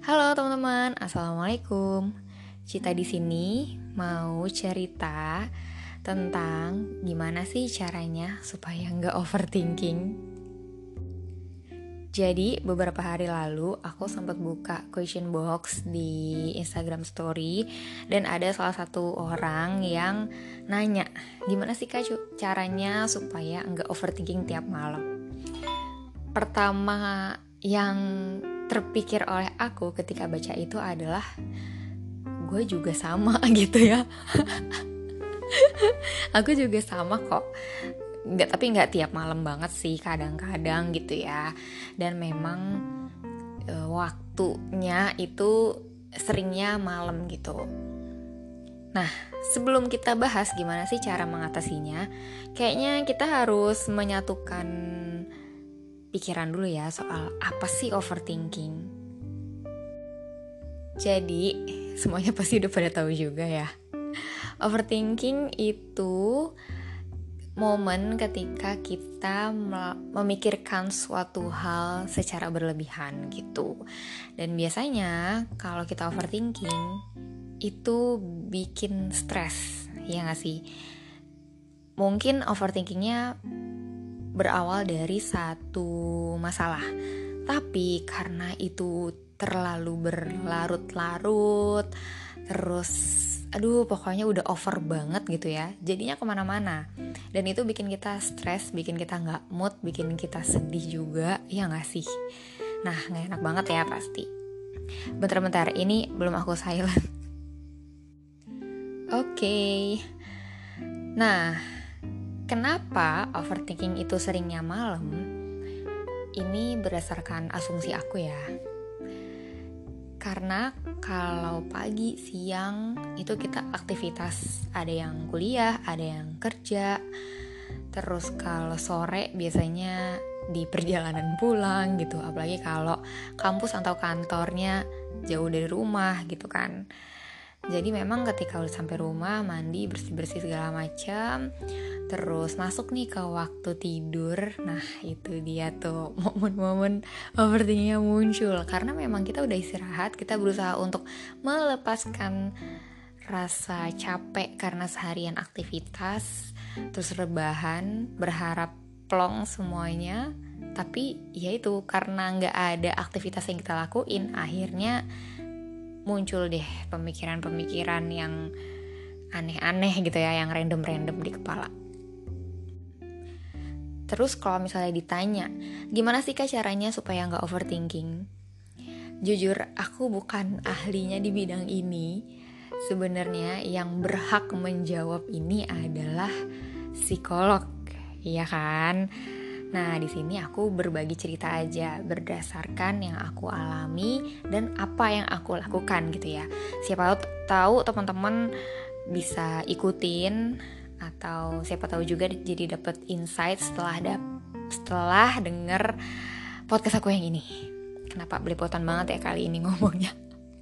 Halo teman-teman, assalamualaikum. Cita di sini mau cerita tentang gimana sih caranya supaya nggak overthinking. Jadi beberapa hari lalu aku sempat buka question box di Instagram Story dan ada salah satu orang yang nanya gimana sih Kak caranya supaya nggak overthinking tiap malam. Pertama yang terpikir oleh aku ketika baca itu adalah gue juga sama gitu ya. Aku juga sama kok. Tapi nggak tiap malam banget sih, kadang-kadang gitu ya. Dan memang waktunya itu seringnya malam gitu. Nah, sebelum kita bahas gimana sih cara mengatasinya, kayaknya kita harus menyatukan pikiran dulu ya soal apa sih overthinking. Jadi, semuanya pasti udah pada tahu juga ya. Overthinking itu momen ketika kita memikirkan suatu hal secara berlebihan gitu. Dan biasanya kalau kita overthinking itu bikin stres, ya gak sih? Mungkin overthinkingnya berawal dari satu masalah, tapi karena itu terlalu berlarut-larut, terus pokoknya udah over banget gitu ya, jadinya kemana-mana. Dan itu bikin kita stres, bikin kita gak mood, bikin kita sedih juga, ya gak sih? Nah, gak enak banget ya pasti. Bentar-bentar, ini belum aku silent. Oke. Nah, kenapa overthinking itu seringnya malam? Ini berdasarkan asumsi aku ya. Karena kalau pagi, siang itu kita aktivitas, ada yang kuliah, ada yang kerja. Terus kalau sore biasanya di perjalanan pulang gitu, apalagi kalau kampus atau kantornya jauh dari rumah gitu kan. Jadi memang ketika udah sampai rumah, mandi, bersih-bersih segala macam, terus masuk nih ke waktu tidur. Nah itu dia tuh momen-momen overthinkingnya muncul. Karena memang kita udah istirahat, kita berusaha untuk melepaskan rasa capek karena seharian aktivitas, terus rebahan, berharap plong semuanya. Tapi ya itu, karena gak ada aktivitas yang kita lakuin, akhirnya muncul deh pemikiran-pemikiran yang aneh-aneh gitu ya, yang random-random di kepala. Terus kalau misalnya ditanya, gimana sih Kak caranya supaya gak overthinking? Jujur, aku bukan ahlinya di bidang ini. Sebenarnya yang berhak menjawab ini adalah psikolog, ya kan? Nah, di sini aku berbagi cerita aja berdasarkan yang aku alami dan apa yang aku lakukan gitu ya. Siapa tahu teman-teman bisa ikutin, atau siapa tahu juga jadi dapat insight setelah denger podcast aku yang ini. Kenapa belepotan banget ya kali ini ngomongnya?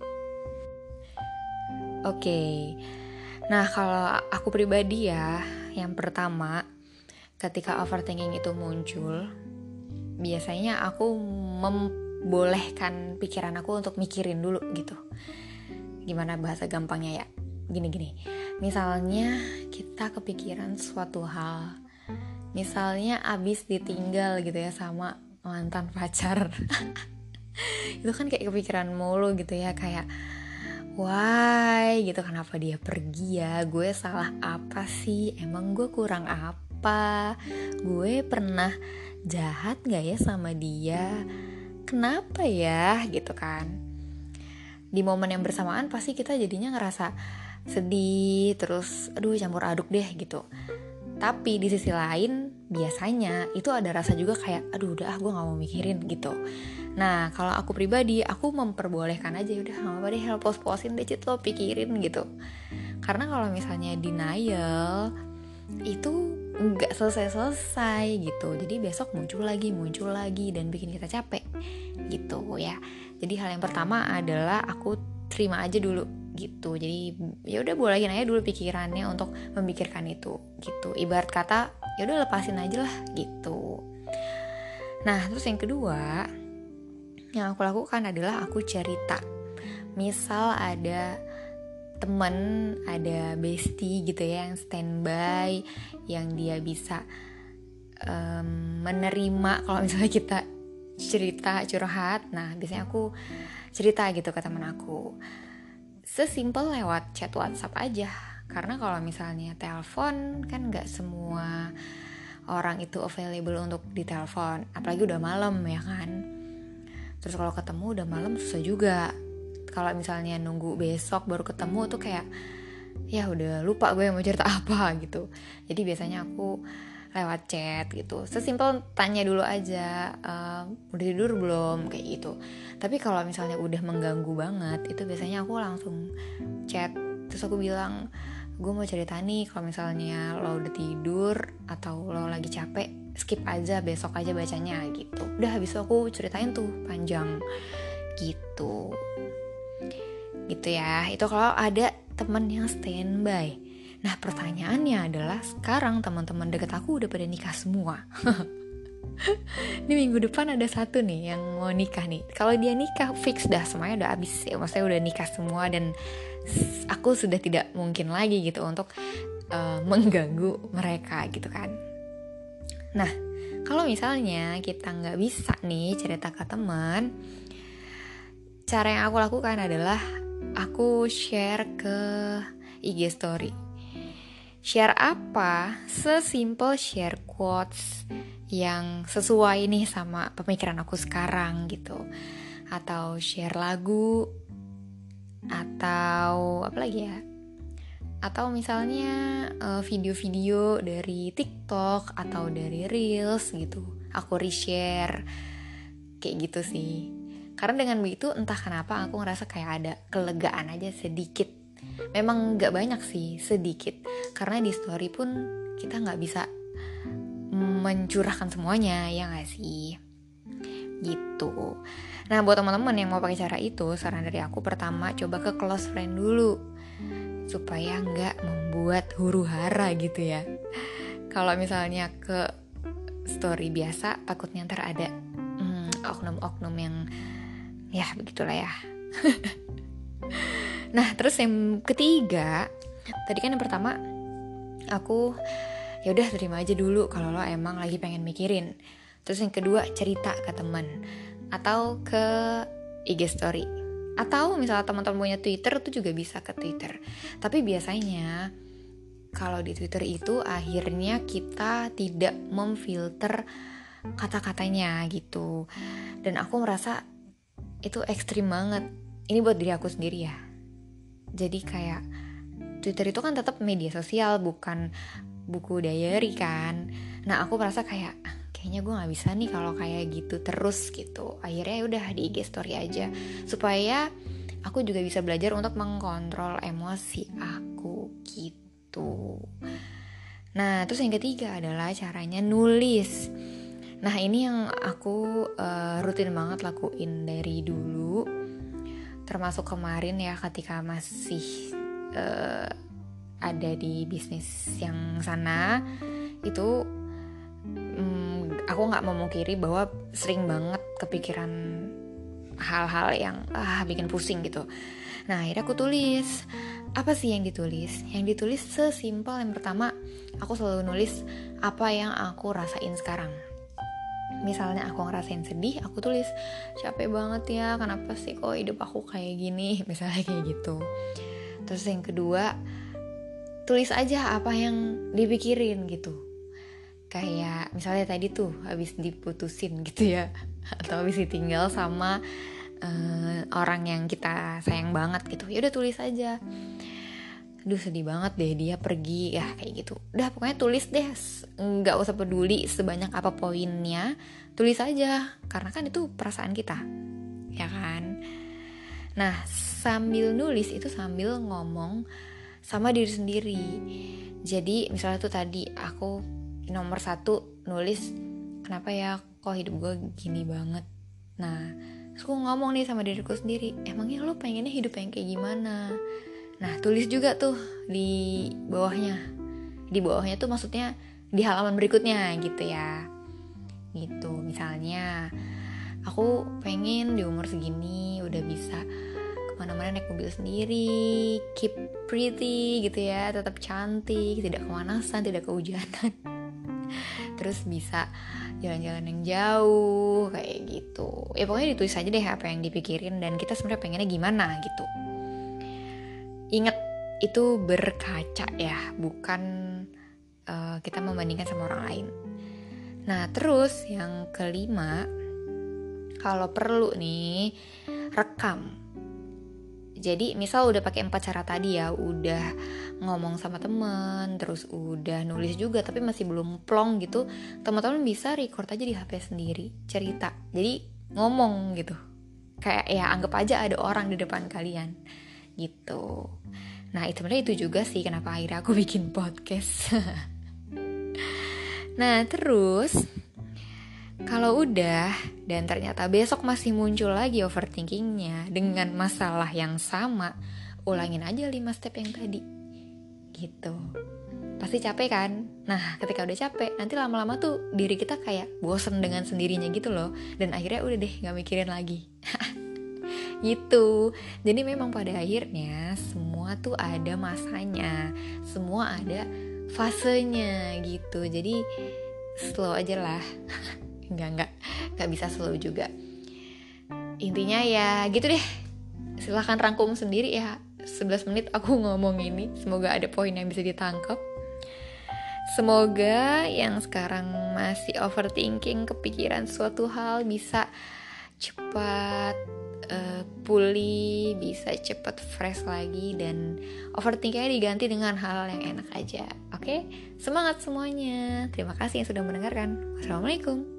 Oke. Nah, kalau aku pribadi ya, yang pertama, ketika overthinking itu muncul, biasanya aku membolehkan pikiran aku untuk mikirin dulu gitu. Gimana bahasa gampangnya ya? Gini. Misalnya kita kepikiran suatu hal. Misalnya abis ditinggal gitu ya sama mantan pacar. Itu kan kayak kepikiran mulu gitu ya, kayak why gitu, kenapa dia pergi ya? Gue salah apa sih? Emang gue kurang apa? Gue pernah jahat gak ya sama dia? Kenapa ya? Gitu kan. Di momen yang bersamaan pasti kita jadinya ngerasa sedih, terus campur aduk deh gitu. Tapi di sisi lain biasanya itu ada rasa juga kayak udah gue gak mau mikirin gitu. Nah kalau aku pribadi, aku memperbolehkan aja, udah gak apa-apa deh, pos-posin deh Cit, lo pikirin gitu. Karena kalau misalnya denial itu gak selesai-selesai gitu. Jadi besok muncul lagi dan bikin kita capek gitu ya. Jadi hal yang pertama adalah aku terima aja dulu gitu. Jadi ya udah bolehin aja dulu pikirannya untuk memikirkan itu gitu. Ibarat kata ya udah lepasin aja lah gitu. Nah terus yang kedua, Yang aku lakukan adalah aku cerita. Misal ada temen, ada bestie gitu ya yang standby, yang dia bisa menerima kalau misalnya kita cerita curhat. Nah biasanya aku cerita gitu ke temen aku, sesimpel lewat chat WhatsApp aja. Karena kalau misalnya telepon kan nggak semua orang itu available untuk ditelepon, apalagi udah malam ya kan. Terus kalau ketemu udah malam susah juga. Kalau misalnya nunggu besok baru ketemu tuh kayak ya udah lupa gue mau cerita apa gitu. Jadi biasanya aku lewat chat gitu, sesimpel tanya dulu aja, udah tidur belum, kayak gitu. Tapi kalau misalnya udah mengganggu banget, itu biasanya aku langsung chat. Terus aku bilang, gue mau cerita nih, kalau misalnya lo udah tidur atau lo lagi capek, skip aja, besok aja bacanya gitu. Udah habis itu aku ceritain tuh panjang gitu ya. Itu kalau ada teman yang standby. Nah pertanyaannya adalah, sekarang teman-teman deket aku udah pada nikah semua. Ini minggu depan ada satu nih yang mau nikah nih. Kalau dia nikah fix dah, semuanya udah habis ya, maksudnya udah nikah semua. Dan aku sudah tidak mungkin lagi gitu untuk mengganggu mereka gitu kan. Nah kalau misalnya kita gak bisa nih cerita ke teman, cara yang aku lakukan adalah aku share ke IG story. Share apa? Sesimpel share quotes yang sesuai nih sama pemikiran aku sekarang gitu. Atau share lagu, atau apa lagi ya? Atau misalnya video-video dari TikTok atau dari Reels gitu. Aku reshare kayak gitu sih. Karena dengan begitu entah kenapa aku ngerasa kayak ada kelegaan aja sedikit. Memang gak banyak sih, sedikit. Karena di story pun kita gak bisa mencurahkan semuanya, ya gak sih? Gitu. Nah buat teman-teman yang mau pakai cara itu, saran dari aku pertama coba ke close friend dulu, supaya gak membuat huru hara gitu ya. Kalau misalnya ke story biasa, takutnya ntar ada oknum-oknum yang ya begitulah ya. Nah terus yang ketiga, tadi kan yang pertama aku ya udah terima aja dulu kalau lo emang lagi pengen mikirin. Terus yang kedua cerita ke teman atau ke IG story, atau misalnya teman-teman punya Twitter tuh juga bisa ke Twitter. Tapi biasanya kalau di Twitter itu akhirnya kita tidak memfilter kata-katanya gitu. Dan aku merasa itu ekstrim banget. Ini buat diri aku sendiri ya. Jadi kayak Twitter itu kan tetap media sosial, bukan buku diary kan. Nah aku merasa kayaknya gue gak bisa nih kalau kayak gitu terus gitu. Akhirnya udah di IG story aja, supaya aku juga bisa belajar untuk mengkontrol emosi aku gitu. Nah terus yang ketiga adalah caranya nulis. Nah ini yang aku rutin banget lakuin dari dulu. Termasuk kemarin ya ketika masih ada di bisnis yang sana. Itu aku gak memungkiri bahwa sering banget kepikiran hal-hal yang bikin pusing gitu. Nah akhirnya aku tulis. Apa sih yang ditulis? Yang ditulis sesimpel yang pertama, aku selalu nulis apa yang aku rasain sekarang. Misalnya aku ngerasain sedih, aku tulis capek banget ya, kenapa sih kok hidup aku kayak gini, misalnya kayak gitu. Terus yang kedua, tulis aja apa yang dipikirin gitu. Kayak misalnya tadi tuh habis diputusin gitu ya, atau habis ditinggal sama orang yang kita sayang banget gitu. Ya udah tulis aja. Aduh sedih banget deh dia pergi ya, kayak gitu. Udah pokoknya tulis deh, nggak usah peduli sebanyak apa poinnya, tulis aja, karena kan itu perasaan kita, ya kan. Nah sambil nulis itu sambil ngomong sama diri sendiri. Jadi misalnya tuh tadi aku nomor 1 nulis, kenapa ya kok hidup gue gini banget. Nah terus aku ngomong nih sama diriku sendiri, emangnya lo pengennya hidup yang kayak gimana. Nah tulis juga tuh di bawahnya. Di bawahnya tuh maksudnya di halaman berikutnya gitu ya. Gitu misalnya Aku pengen di umur segini udah bisa kemana-mana naik mobil sendiri, keep pretty gitu ya, tetap cantik, tidak kemanasan, tidak kehujanan. Terus bisa jalan-jalan yang jauh kayak gitu. Ya pokoknya ditulis aja deh apa yang dipikirin dan kita sebenarnya pengennya gimana gitu. Ingat, itu berkaca ya, bukan kita membandingkan sama orang lain. Nah terus yang kelima, kalau perlu nih rekam. Jadi misal udah pakai 4 cara tadi ya, udah ngomong sama temen, terus udah nulis juga tapi masih belum plong gitu, teman-teman bisa record aja di HP sendiri, cerita. Jadi ngomong gitu, kayak ya anggap aja ada orang di depan kalian gitu. Nah itu sebenarnya itu juga sih kenapa akhirnya aku bikin podcast. Nah terus kalau udah dan ternyata besok masih muncul lagi overthinkingnya dengan masalah yang sama, ulangin aja 5 step yang tadi gitu. Pasti capek kan? Nah ketika udah capek, nanti lama-lama tuh diri kita kayak bosen dengan sendirinya gitu loh. Dan akhirnya udah deh gak mikirin lagi. Gitu. Jadi memang pada akhirnya semua tuh ada masanya, semua ada fasenya gitu. Jadi slow aja lah. Enggak bisa slow juga. Intinya ya gitu deh. Silahkan rangkum sendiri ya. 11 menit aku ngomong ini. Semoga ada poin yang bisa ditangkap. Semoga yang sekarang masih overthinking, kepikiran suatu hal bisa cepat pulih, bisa cepat fresh lagi, dan overthinkingnya diganti dengan hal yang enak aja. Oke? Semangat semuanya. Terima kasih yang sudah mendengarkan. Wassalamualaikum.